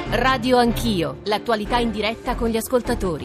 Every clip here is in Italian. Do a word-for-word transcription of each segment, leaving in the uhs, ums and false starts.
Radio Anch'io, l'attualità in diretta con gli ascoltatori.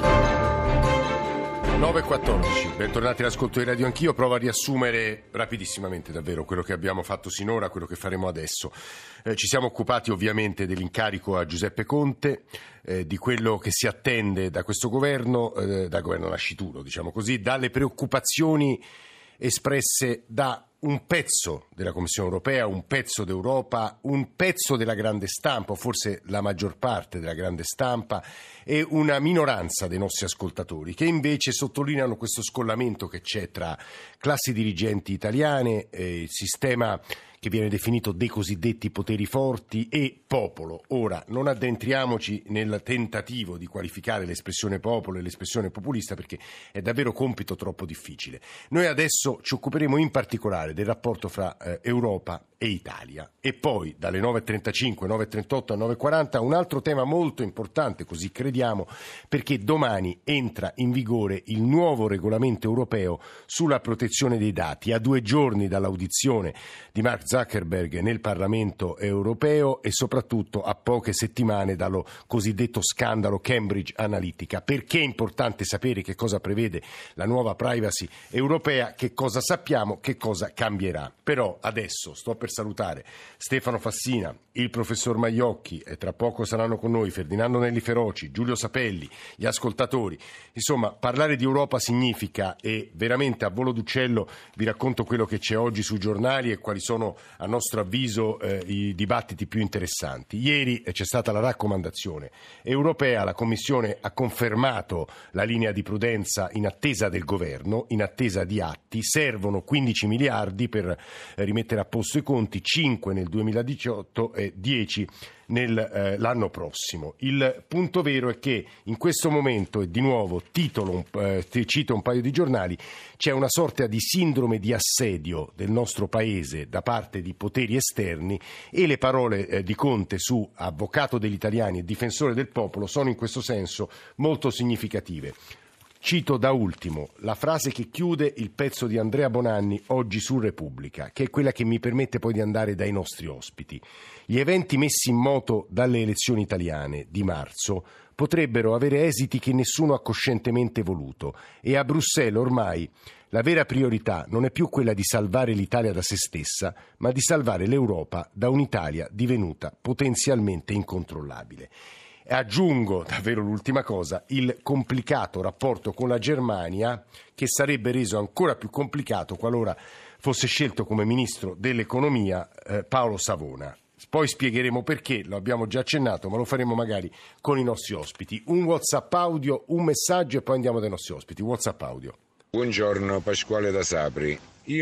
nove e quattordici, bentornati all'ascolto di Radio Anch'io. Provo a riassumere rapidissimamente davvero quello che abbiamo fatto sinora, quello che faremo adesso. Eh, ci siamo occupati ovviamente dell'incarico a Giuseppe Conte, eh, di quello che si attende da questo governo, eh, dal governo nascituro, diciamo così, dalle preoccupazioni espresse da un pezzo della Commissione europea, un pezzo d'Europa, un pezzo della grande stampa, o forse la maggior parte della grande stampa, e una minoranza dei nostri ascoltatori, che invece sottolineano questo scollamento che c'è tra classi dirigenti italiane, eh, il sistema che viene definito dei cosiddetti poteri forti e popolo. Ora, non addentriamoci nel tentativo di qualificare l'espressione popolo e l'espressione populista, perché è davvero compito troppo difficile. Noi adesso ci occuperemo in particolare del rapporto fra eh, Europa e Italia, e poi dalle nove e trentacinque, nove e trentotto a nove e quaranta un altro tema molto importante, così crediamo, perché domani entra in vigore il nuovo regolamento europeo sulla protezione dei dati, a due giorni dall'audizione di Mark Zuckerberg nel Parlamento europeo e soprattutto a poche settimane dallo cosiddetto scandalo Cambridge Analytica. Perché è importante sapere che cosa prevede la nuova privacy europea, che cosa sappiamo, che cosa cambierà. Però adesso sto per salutare Stefano Fassina, il professor Maiocchi, e tra poco saranno con noi Ferdinando Nelli Feroci, Giulio Sapelli, gli ascoltatori. Insomma, parlare di Europa significa, e veramente a volo d'uccello vi racconto quello che c'è oggi sui giornali e quali sono a nostro avviso eh, i dibattiti più interessanti. Ieri eh, c'è stata la raccomandazione europea, la Commissione ha confermato la linea di prudenza in attesa del governo, in attesa di atti. Servono quindici miliardi per eh, rimettere a posto i conti, cinque nel duemiladiciotto e dieci nell'anno eh, prossimo. Il punto vero è che in questo momento, e di nuovo titolo, eh, cito un paio di giornali, c'è una sorta di sindrome di assedio del nostro paese da parte di poteri esterni, e le parole eh, di Conte su avvocato degli italiani e difensore del popolo sono in questo senso molto significative. Cito da ultimo la frase che chiude il pezzo di Andrea Bonanni oggi su Repubblica, che è quella che mi permette poi di andare dai nostri ospiti. Gli eventi messi in moto dalle elezioni italiane di marzo potrebbero avere esiti che nessuno ha coscientemente voluto, e a Bruxelles ormai la vera priorità non è più quella di salvare l'Italia da se stessa, ma di salvare l'Europa da un'Italia divenuta potenzialmente incontrollabile. Aggiungo davvero l'ultima cosa, il complicato rapporto con la Germania, che sarebbe reso ancora più complicato qualora fosse scelto come ministro dell'economia eh, Paolo Savona. Poi spiegheremo perché, lo abbiamo già accennato, ma lo faremo magari con i nostri ospiti. Un WhatsApp audio, un messaggio e poi andiamo dai nostri ospiti. WhatsApp audio. Buongiorno, Pasquale da Sapri.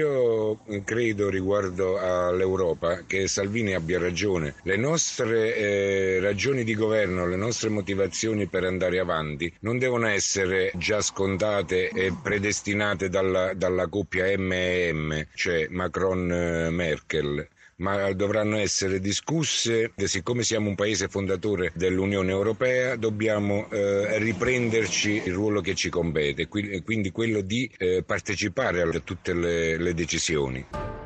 Io credo riguardo all'Europa che Salvini abbia ragione. Le nostre eh, ragioni di governo, le nostre motivazioni per andare avanti non devono essere già scontate e predestinate dalla, dalla coppia M e M, cioè Macron-Merkel. Ma dovranno essere discusse. Siccome siamo un paese fondatore dell'Unione Europea, dobbiamo eh, riprenderci il ruolo che ci compete, quindi quello di eh, partecipare a tutte le, le decisioni.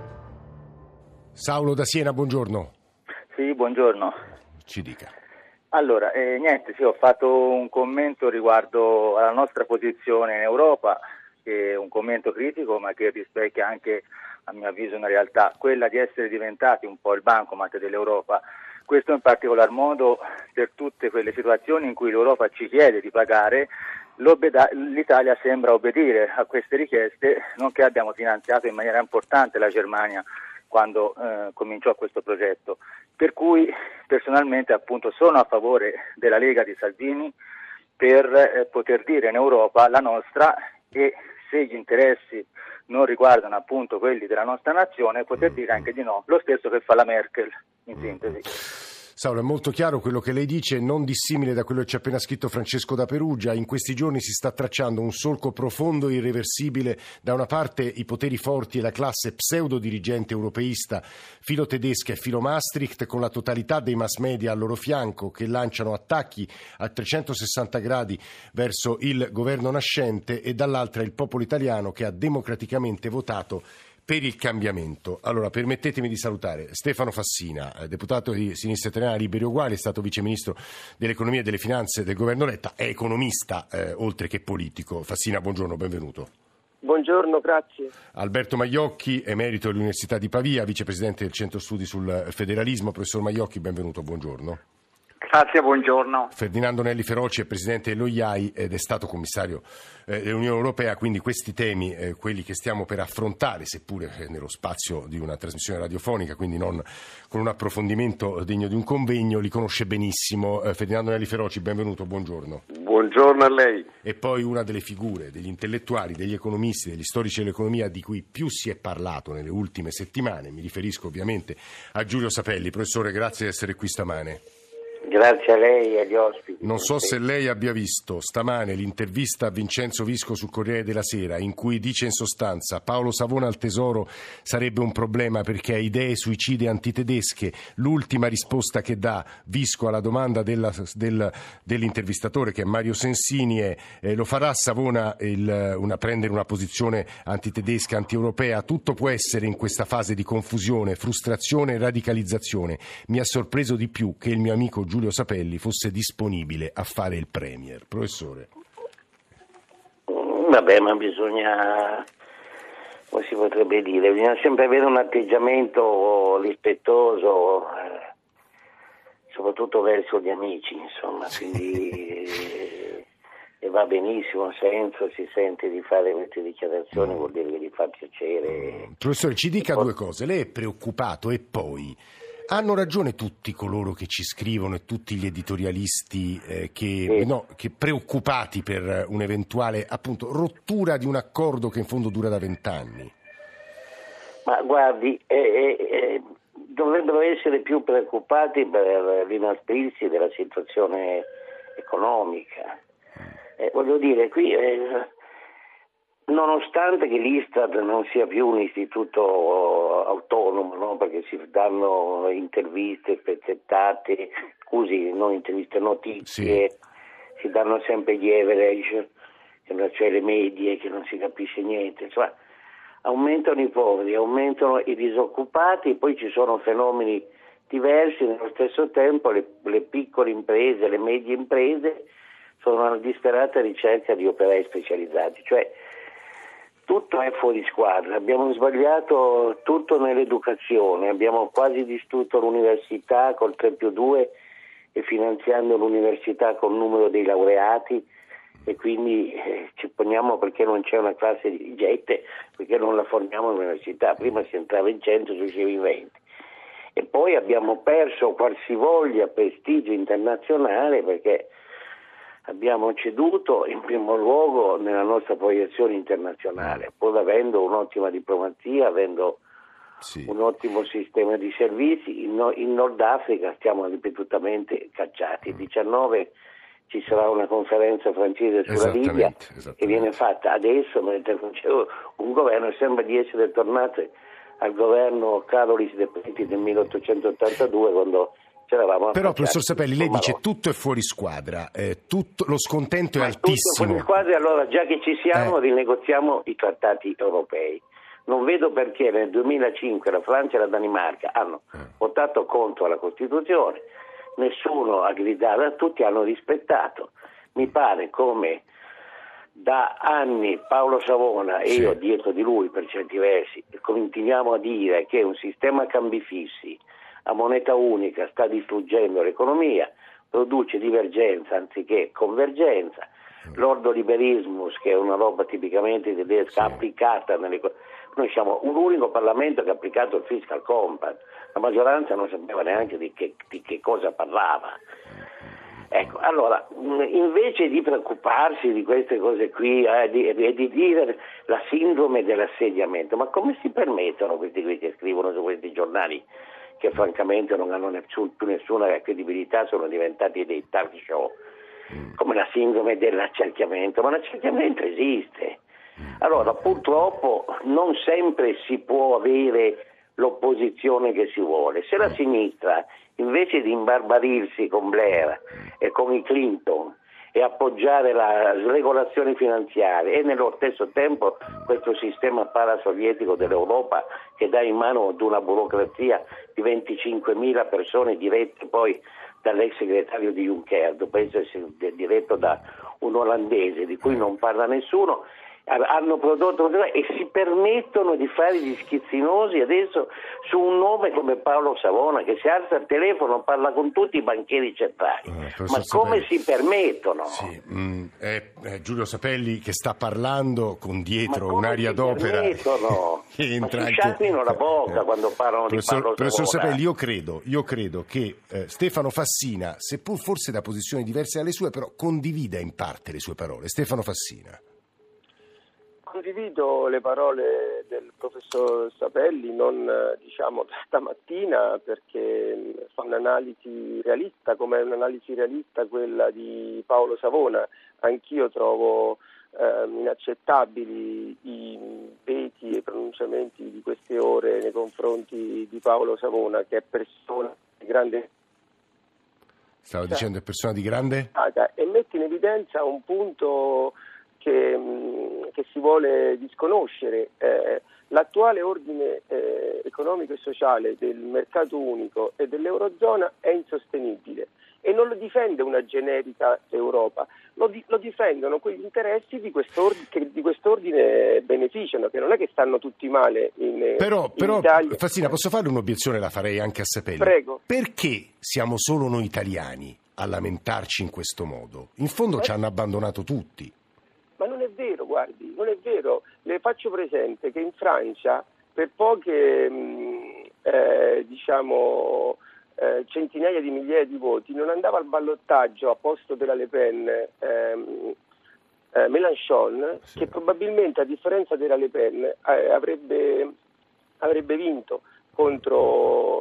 Saulo da Siena, buongiorno. Sì, buongiorno. Ci dica. Allora, eh, niente, sì, ho fatto un commento riguardo alla nostra posizione in Europa, che è un commento critico, ma che rispecchia anche, a mio avviso, una realtà, quella di essere diventati un po' il bancomat dell'Europa. Questo in particolar modo per tutte quelle situazioni in cui l'Europa ci chiede di pagare, l'Italia sembra obbedire a queste richieste, nonché abbiamo finanziato in maniera importante la Germania quando eh, cominciò questo progetto. Per cui personalmente appunto sono a favore della Lega di Salvini per eh, poter dire in Europa la nostra, e se gli interessi non riguardano appunto quelli della nostra nazione, poter dire anche di no, lo stesso che fa la Merkel, in sintesi. Saulo, è molto chiaro quello che lei dice, non dissimile da quello che ci ha appena scritto Francesco da Perugia. In questi giorni si sta tracciando un solco profondo e irreversibile. Da una parte i poteri forti e la classe pseudo-dirigente europeista, filo tedesca e filo Maastricht, con la totalità dei mass media al loro fianco, che lanciano attacchi a trecentosessanta gradi verso il governo nascente, e dall'altra il popolo italiano che ha democraticamente votato per il cambiamento. Allora, permettetemi di salutare Stefano Fassina, deputato di Sinistra Italiana Liberi e Uguali, è stato viceministro dell'economia e delle finanze del governo Letta, è economista eh, oltre che politico. Fassina, buongiorno, benvenuto. Buongiorno, grazie. Alberto Maiocchi, emerito dell'Università di Pavia, vicepresidente del Centro Studi sul Federalismo. Professor Maiocchi, benvenuto, buongiorno. Grazie, buongiorno. Ferdinando Nelli Feroci è presidente dell'O I A I ed è stato commissario eh, dell'Unione Europea, quindi questi temi, eh, quelli che stiamo per affrontare, seppure eh, nello spazio di una trasmissione radiofonica, quindi non con un approfondimento degno di un convegno, li conosce benissimo. Eh, Ferdinando Nelli Feroci, benvenuto, buongiorno. Buongiorno a lei. E poi una delle figure, degli intellettuali, degli economisti, degli storici dell'economia di cui più si è parlato nelle ultime settimane, mi riferisco ovviamente a Giulio Sapelli. Professore, grazie di essere qui stamane. Grazie a lei e agli ospiti. Non so se lei abbia visto stamane l'intervista a Vincenzo Visco sul Corriere della Sera, in cui dice in sostanza: Paolo Savona al Tesoro sarebbe un problema perché ha idee suicide antitedesche. L'ultima risposta che dà Visco alla domanda della, del, dell'intervistatore, che è Mario Sensini, è eh, lo farà Savona il, una, prendere una posizione antitedesca, antieuropea? Tutto può essere in questa fase di confusione, frustrazione e radicalizzazione. Mi ha sorpreso di più che il mio amico Giulio Sapelli fosse disponibile a fare il premier. Professore. Vabbè, ma bisogna, come si potrebbe dire, bisogna sempre avere un atteggiamento rispettoso, eh, soprattutto verso gli amici, insomma, quindi eh, e va benissimo, senso si sente di fare queste dichiarazioni, vuol dire che gli fa piacere. Professore, ci dica poi... due cose. Lei è preoccupato e poi... Hanno ragione tutti coloro che ci scrivono e tutti gli editorialisti eh, che, sì. no, che preoccupati per un'eventuale appunto rottura di un accordo che in fondo dura da vent'anni? Ma guardi, eh, eh, dovrebbero essere più preoccupati per l'inasprirsi della situazione economica. Eh, voglio dire, qui eh, nonostante che l'Istat non sia più un istituto autonomo, no? Perché si danno interviste spezzettate, scusi, non interviste, notizie, sì. Si danno sempre gli average, cioè le medie, che non si capisce niente, insomma, aumentano i poveri, aumentano i disoccupati, poi ci sono fenomeni diversi, nello stesso tempo le, le piccole imprese, le medie imprese sono alla disperata ricerca di operai specializzati, cioè tutto è fuori squadra, abbiamo sbagliato tutto nell'educazione, abbiamo quasi distrutto l'università col tre più due e finanziando l'università col numero dei laureati e quindi eh, ci poniamo perché non c'è una classe dirigente, perché non la formiamo all'università, prima si entrava in cento, si usciva in venti. E poi abbiamo perso qualsivoglia prestigio internazionale perché abbiamo ceduto in primo luogo nella nostra proiezione internazionale, pur avendo un'ottima diplomazia, avendo sì. un ottimo sistema di servizi. In, no, in Nord Africa stiamo ripetutamente cacciati. Il diciannove ci sarà una conferenza francese sulla Libia che viene fatta adesso mentre c'è un governo, sembra di essere tornate al governo Carolis de Petit del milleottocentottantadue quando Però professor Sapelli, lei dice tutto è fuori squadra, eh, tutto, lo scontento è Ma altissimo. Tutto è fuori squadra, allora già che ci siamo eh. rinegoziamo i trattati europei. Non vedo perché nel duemilacinque la Francia e la Danimarca hanno eh. votato contro la Costituzione, nessuno ha gridato, tutti hanno rispettato. Mi pare come da anni Paolo Savona e sì. io dietro di lui per certi versi continuiamo a dire che un sistema a cambi fissi a moneta unica sta distruggendo l'economia, produce divergenza anziché convergenza, l'ordoliberismus, che è una roba tipicamente tedesca, sì. applicata nelle... Noi siamo un unico Parlamento che ha applicato il Fiscal Compact, la maggioranza non sapeva neanche di che, di che cosa parlava. Ecco, allora, invece di preoccuparsi di queste cose qui e eh, di, di dire la sindrome dell'assediamento, ma come si permettono questi qui che scrivono su questi giornali che francamente non hanno nessun, più nessuna credibilità, sono diventati dei talk show, come la sindrome dell'accerchiamento, ma l'accerchiamento esiste. Allora, purtroppo non sempre si può avere l'opposizione che si vuole. Se la sinistra, invece di imbarbarirsi con Blair e con i Clinton e appoggiare la sregolazione finanziaria e nello stesso tempo questo sistema parasovietico dell'Europa che dà in mano ad una burocrazia di venticinquemila persone dirette poi dall'ex segretario di Juncker, dopo essere diretto da un olandese di cui non parla nessuno, hanno prodotto e si permettono di fare gli schizzinosi adesso su un nome come Paolo Savona che si alza al telefono, parla con tutti i banchieri centrali. Eh, ma come Sapelli. si permettono? Sì, mh, è, è Giulio Sapelli che sta parlando con dietro un'aria d'opera che entra ma si anche... sciacquino la bocca eh. quando parlano professor, di Paolo professor Savona. Sapelli, io credo, io credo che eh, Stefano Fassina, seppur forse da posizioni diverse dalle sue, però condivida in parte le sue parole. Stefano Fassina. Condivido le parole del professor Sapelli, non diciamo da stamattina, perché fa un'analisi realista, come è un'analisi realista quella di Paolo Savona. Anch'io trovo eh, inaccettabili i veti e i pronunciamenti di queste ore nei confronti di Paolo Savona, che è persona di grande... Stavo cioè, dicendo è persona di grande... e mette in evidenza un punto... Che, che si vuole disconoscere. Eh, l'attuale ordine eh, economico e sociale del mercato unico e dell'Eurozona è insostenibile e non lo difende una generica Europa, lo, di, lo difendono quegli interessi di quest'ordine, che di quest'ordine beneficiano, che non è che stanno tutti male in, però, in però, Italia. Fassina, posso fare un'obiezione, la farei anche a Sapelli. Prego. Perché siamo solo noi italiani a lamentarci in questo modo? In fondo eh? ci hanno abbandonato tutti. Ma non è vero, guardi, non è vero. Le faccio presente che in Francia per poche mh, eh, diciamo eh, centinaia di migliaia di voti non andava al ballottaggio a posto della Le Pen ehm, eh, Mélenchon, sì. che probabilmente a differenza della Le Pen eh, avrebbe, avrebbe vinto contro...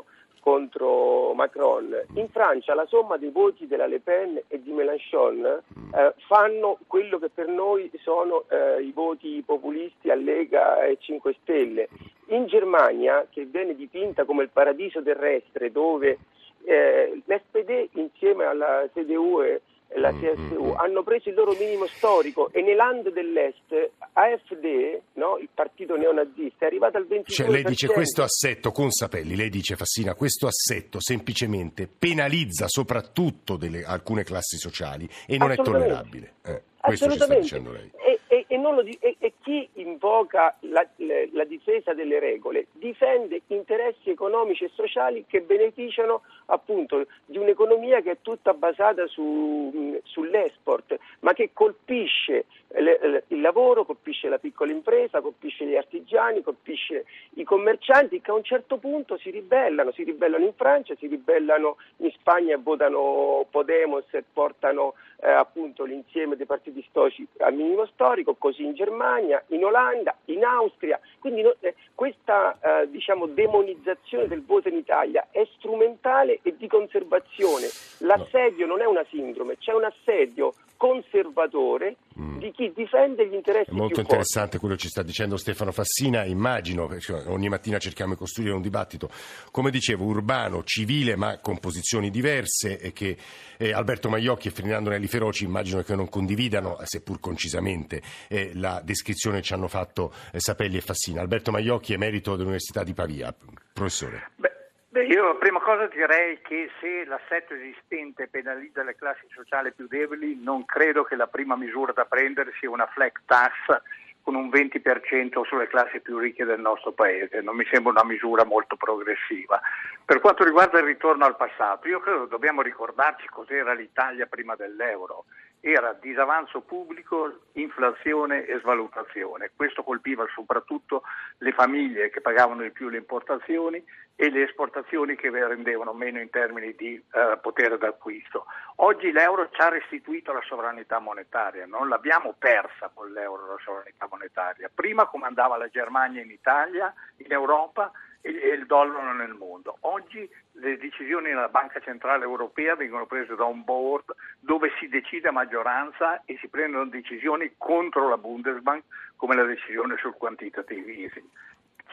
contro Macron. In Francia la somma dei voti della Le Pen e di Mélenchon eh, fanno quello che per noi sono eh, i voti populisti a Lega e cinque Stelle. In Germania, che viene dipinta come il paradiso terrestre, dove eh, l'S P D insieme alla C D U e la C S U hanno preso il loro minimo storico e nei land dell'Est A F D, no, il partito neonazista, è arrivato al ventidue per cento. Cioè lei dice questo assetto, con Sapelli, lei dice Fassina, questo assetto semplicemente penalizza soprattutto delle, alcune classi sociali e non è tollerabile. Eh, questo ci sta dicendo lei. E, e, e, non lo di, e, e chi invoca la, le, la difesa delle regole difende interessi economici e sociali che beneficiano appunto di un'economia che è tutta basata su, sull'export, ma che colpisce le, le, il lavoro, colpisce la piccola impresa, colpisce gli artigiani, colpisce i commercianti che a un certo punto si ribellano, si ribellano in Francia, si ribellano in Spagna e votano Podemos e portano eh, appunto l'insieme dei partiti storici al minimo storico, così in Germania, in Olanda, in Austria. Quindi no, eh, questa eh, diciamo demonizzazione del voto in Italia è strumentale e di conservazione. L'assedio non è una sindrome, c'è un assedio conservatore mm. di chi difende gli interessi è molto più interessante forti. Quello che ci sta dicendo Stefano Fassina, immagino, perché ogni mattina cerchiamo di costruire un dibattito, come dicevo, urbano, civile, ma con posizioni diverse, e che eh, Alberto Maiocchi e Ferdinando Nelli Feroci immagino che non condividano, seppur concisamente, eh, la descrizione che ci hanno fatto eh, Sapelli e Fassina. Alberto Maiocchi, emerito dell'Università di Pavia. Professore. Beh. Beh, io prima cosa direi che se l'assetto esistente penalizza le classi sociali più deboli, non credo che la prima misura da prendere sia una flat tax con un venti per cento sulle classi più ricche del nostro paese. Non mi sembra una misura molto progressiva. Per quanto riguarda il ritorno al passato, io credo che dobbiamo ricordarci cos'era l'Italia prima dell'euro. Era disavanzo pubblico, inflazione e svalutazione. Questo colpiva soprattutto le famiglie che pagavano di più le importazioni e le esportazioni che rendevano meno in termini di uh, potere d'acquisto. Oggi l'euro ci ha restituito la sovranità monetaria, non l'abbiamo persa con l'euro la sovranità monetaria. Prima comandava la Germania in Italia, in Europa, e il dollaro nel mondo. Oggi le decisioni della Banca Centrale Europea vengono prese da un board dove si decide a maggioranza e si prendono decisioni contro la Bundesbank, come la decisione sul quantitative easing.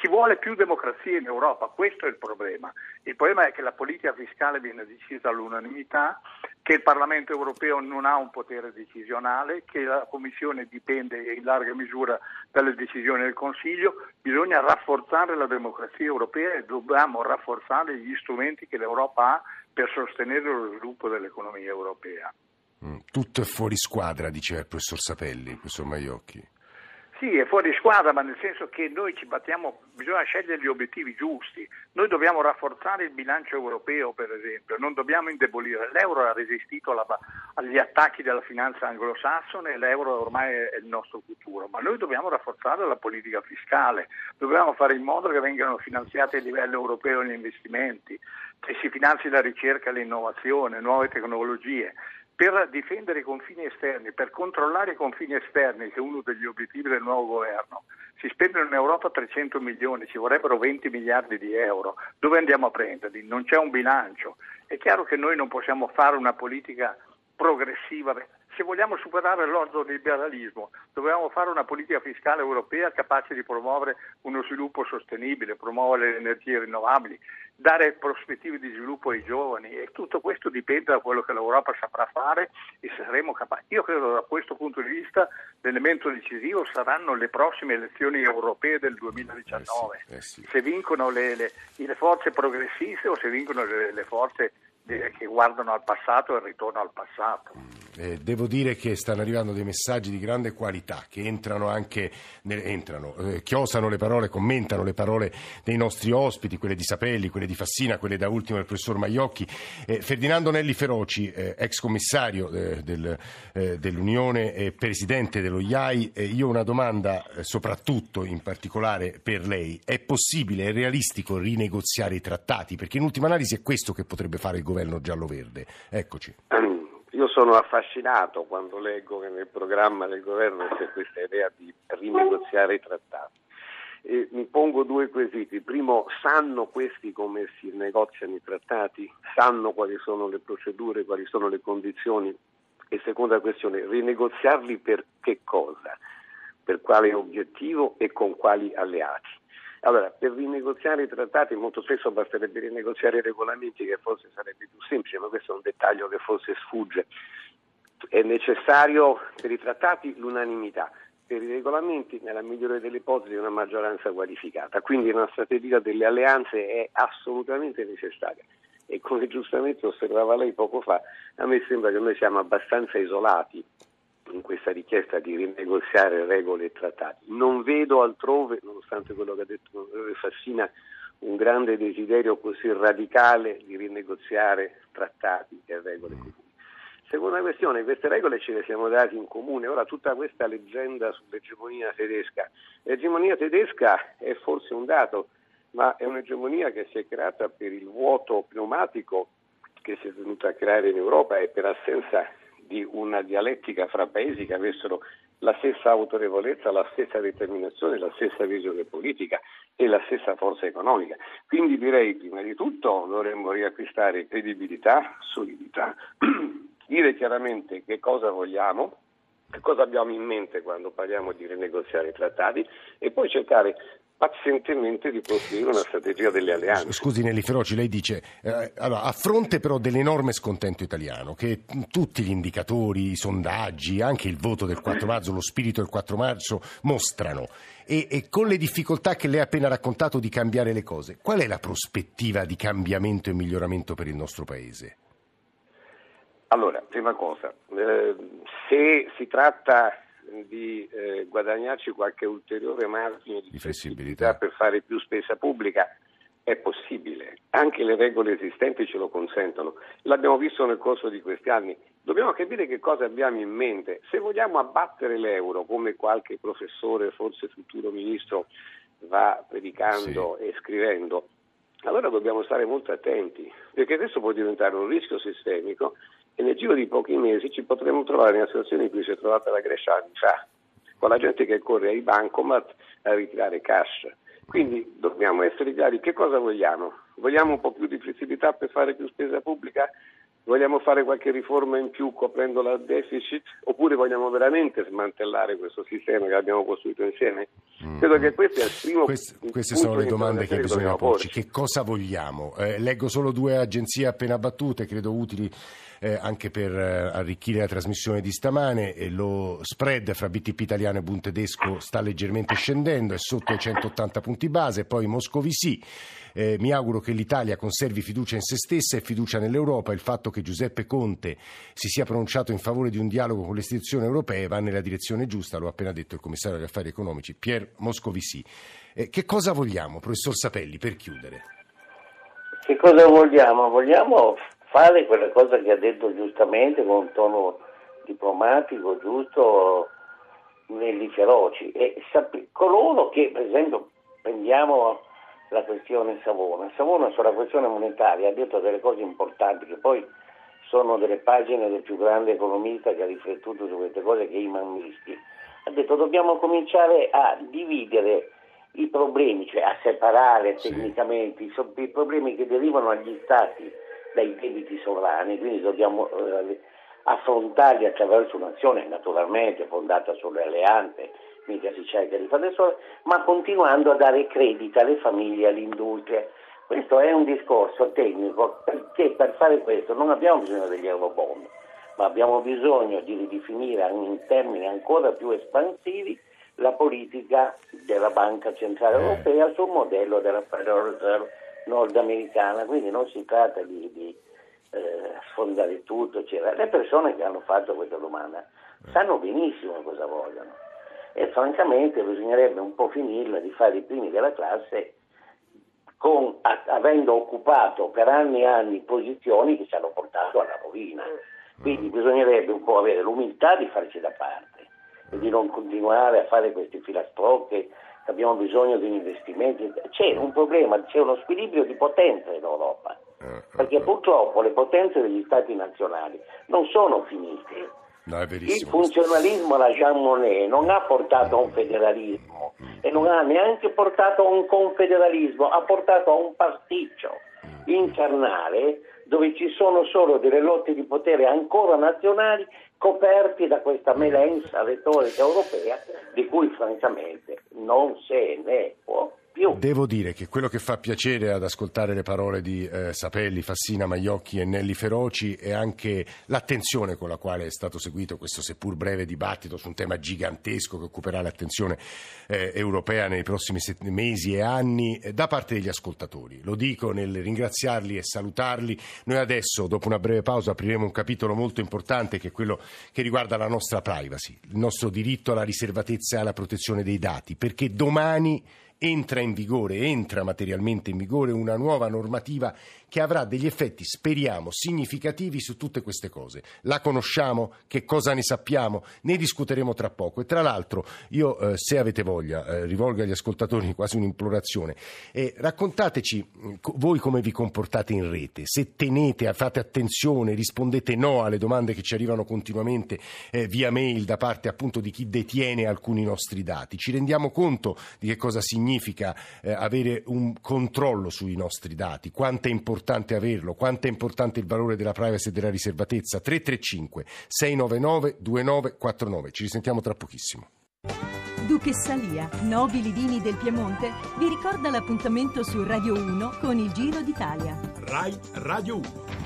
Ci vuole più democrazia in Europa, questo è il problema. Il problema è che la politica fiscale viene decisa all'unanimità, che il Parlamento europeo non ha un potere decisionale, che la Commissione dipende in larga misura dalle decisioni del Consiglio. Bisogna rafforzare la democrazia europea e dobbiamo rafforzare gli strumenti che l'Europa ha per sostenere lo sviluppo dell'economia europea. Mm, tutto è fuori squadra, diceva il professor Sapelli, il professor Maiocchi. Sì, è fuori squadra, ma nel senso che noi ci battiamo, bisogna scegliere gli obiettivi giusti. Noi dobbiamo rafforzare il bilancio europeo, per esempio, non dobbiamo indebolire. L'euro ha resistito alla, agli attacchi della finanza anglosassone e l'euro ormai è il nostro futuro, ma noi dobbiamo rafforzare la politica fiscale, dobbiamo fare in modo che vengano finanziati a livello europeo gli investimenti, che si finanzi la ricerca e l'innovazione, nuove tecnologie. Per difendere i confini esterni, per controllare i confini esterni, che è uno degli obiettivi del nuovo governo, si spendono in Europa trecento milioni, ci vorrebbero venti miliardi di euro. Dove andiamo a prenderli? Non c'è un bilancio. È chiaro che noi non possiamo fare una politica progressiva. Se vogliamo superare l'ordoliberalismo, dobbiamo fare una politica fiscale europea capace di promuovere uno sviluppo sostenibile, promuovere le energie rinnovabili, dare prospettive di sviluppo ai giovani, e tutto questo dipende da quello che l'Europa saprà fare e se saremo capaci. Io credo che da questo punto di vista l'elemento decisivo saranno le prossime elezioni europee del duemiladiciannove, eh sì, eh sì. Se vincono le, le, le forze progressiste o se vincono le, le forze che guardano al passato e il ritorno al passato. Eh, devo dire che stanno arrivando dei messaggi di grande qualità che entrano anche, ne, entrano, eh, chiosano le parole, commentano le parole dei nostri ospiti, quelle di Sapelli, quelle di Fassina, quelle da ultimo del professor Maiocchi. Eh, Ferdinando Nelli Feroci, eh, ex commissario eh, del, eh, dell'Unione e presidente dello I A I, eh, io ho una domanda eh, soprattutto in particolare per lei: è possibile, è realistico rinegoziare i trattati? Perché in ultima analisi è questo che potrebbe fare il governo giallo-verde. Eccoci. Io sono affascinato quando leggo che nel programma del governo c'è questa idea di rinegoziare i trattati. E mi pongo due quesiti. Primo, sanno questi come si negoziano i trattati? Sanno quali sono le procedure, quali sono le condizioni? E seconda questione, rinegoziarli per che cosa? Per quale obiettivo e con quali alleati? Allora, per rinegoziare i trattati molto spesso basterebbe rinegoziare i regolamenti, che forse sarebbe più semplice, ma questo è un dettaglio che forse sfugge. È necessario per i trattati l'unanimità, per i regolamenti nella migliore delle ipotesi una maggioranza qualificata, quindi una strategia delle alleanze è assolutamente necessaria. E come giustamente osservava lei poco fa, a me sembra che noi siamo abbastanza isolati in questa richiesta di rinegoziare regole e trattati. Non vedo altrove, nonostante quello che ha detto Fassina, un grande desiderio così radicale di rinegoziare trattati e regole comuni. Seconda questione, queste regole ce le siamo dati in comune. Ora, tutta questa leggenda sull'egemonia tedesca, l'egemonia tedesca è forse un dato, ma è un'egemonia che si è creata per il vuoto pneumatico che si è venuto a creare in Europa e per assenza di una dialettica fra paesi che avessero la stessa autorevolezza, la stessa determinazione, la stessa visione politica e la stessa forza economica. Quindi direi, prima di tutto, dovremmo riacquistare credibilità, solidità, dire chiaramente che cosa vogliamo, che cosa abbiamo in mente quando parliamo di rinegoziare i trattati e poi cercare pazientemente di costruire una strategia delle alleanze. Scusi Nelli Feroci, lei dice, eh, allora, a fronte però dell'enorme scontento italiano, che tutti gli indicatori, i sondaggi, anche il voto del quattro marzo, lo spirito del quattro marzo mostrano, e, e con le difficoltà che lei ha appena raccontato di cambiare le cose, qual è la prospettiva di cambiamento e miglioramento per il nostro Paese? Allora, prima cosa, eh, se si tratta di eh, guadagnarci qualche ulteriore margine di, di flessibilità per fare più spesa pubblica, è possibile. Anche le regole esistenti ce lo consentono. L'abbiamo visto nel corso di questi anni. Dobbiamo capire che cosa abbiamo in mente. Se vogliamo abbattere l'euro, come qualche professore, forse futuro ministro, va predicando sì. e scrivendo, allora dobbiamo stare molto attenti, perché adesso può diventare un rischio sistemico e nel giro di pochi mesi ci potremo trovare nella situazione in cui si è trovata la Grecia anni fa, con la gente che corre ai bancomat a ritirare cash. Quindi dobbiamo essere chiari che cosa vogliamo. Vogliamo un po' più di flessibilità per fare più spesa pubblica? Vogliamo fare qualche riforma in più coprendola al deficit, oppure vogliamo veramente smantellare questo sistema che abbiamo costruito insieme? Mm. Credo che questo è il primo Queste, queste sono le domande che bisogna porci. Che cosa vogliamo? Eh, leggo solo due agenzie appena battute, credo utili eh, anche per eh, arricchire la trasmissione di stamane. E lo spread fra B T P italiano e Bund tedesco sta leggermente scendendo, è sotto i centottanta punti base, poi Moscovici. Eh, mi auguro che l'Italia conservi fiducia in se stessa e fiducia nell'Europa. Il fatto che Giuseppe Conte si sia pronunciato in favore di un dialogo con le istituzioni europee va nella direzione giusta, lo ha appena detto il commissario agli affari economici Pierre Moscovici. Eh, che cosa vogliamo, professor Sapelli, per chiudere? Che cosa vogliamo? Vogliamo fare quella cosa che ha detto giustamente con un tono diplomatico giusto Nelly Feroci, e sape- coloro che, per esempio, prendiamo la questione Savona. Savona sulla questione monetaria ha detto delle cose importanti che poi sono delle pagine del più grande economista che ha riflettuto su queste cose, che è Iman Misti. Ha detto dobbiamo cominciare a dividere i problemi, cioè a separare sì. tecnicamente i, i problemi che derivano agli stati dai debiti sovrani, quindi dobbiamo eh, affrontarli attraverso un'azione naturalmente fondata sulle alleanze, mica si cerca di fare solo, ma continuando a dare credito alle famiglie e all'industria. Questo è un discorso tecnico, perché per fare questo non abbiamo bisogno degli eurobond, ma abbiamo bisogno di ridefinire in termini ancora più espansivi la politica della Banca Centrale Europea sul modello della Federal Reserve nordamericana. Quindi non si tratta di, di eh, sfondare tutto, eccetera. Le persone che hanno fatto questa domanda sanno benissimo cosa vogliono. E francamente bisognerebbe un po' finirla di fare i primi della classe con, a, avendo occupato per anni e anni posizioni che ci hanno portato alla rovina. Quindi bisognerebbe un po' avere l'umiltà di farci da parte e di non continuare a fare questi filastrocche che abbiamo bisogno di investimenti. C'è un problema, c'è uno squilibrio di potenza in Europa, perché purtroppo le potenze degli stati nazionali non sono finite. No, è il funzionalismo alla Jean Monnet non ha portato a un federalismo e non ha neanche portato a un confederalismo, ha portato a un pasticcio infernale dove ci sono solo delle lotte di potere ancora nazionali coperti da questa melenza retorica europea di cui francamente non se ne può più. Devo dire che quello che fa piacere ad ascoltare le parole di eh, Sapelli, Fassina, Maiocchi e Nelly Feroci è anche l'attenzione con la quale è stato seguito questo seppur breve dibattito su un tema gigantesco che occuperà l'attenzione eh, europea nei prossimi set- mesi e anni eh, da parte degli ascoltatori. Lo dico nel ringraziarli e salutarli. Noi adesso, dopo una breve pausa, apriremo un capitolo molto importante che è quello che riguarda la nostra privacy, il nostro diritto alla riservatezza e alla protezione dei dati, perché domani entra in vigore, entra materialmente in vigore una nuova normativa che avrà degli effetti, speriamo, significativi su tutte queste cose. La conosciamo? Che cosa ne sappiamo? Ne discuteremo tra poco. E tra l'altro, io, eh, se avete voglia, eh, rivolgo agli ascoltatori quasi un'implorazione. Eh, raccontateci voi come vi comportate in rete, se tenete, fate attenzione, rispondete no alle domande che ci arrivano continuamente eh, via mail da parte appunto di chi detiene alcuni nostri dati. Ci rendiamo conto di che cosa significa eh, avere un controllo sui nostri dati, quanto è importante averlo, quanto è importante il valore della privacy e della riservatezza. Tre tre cinque sei nove nove due nove quattro nove. Ci risentiamo tra pochissimo. Duchessa Lia, nobili vini del Piemonte, vi ricorda l'appuntamento su Radio uno con il Giro d'Italia. Rai Radio uno.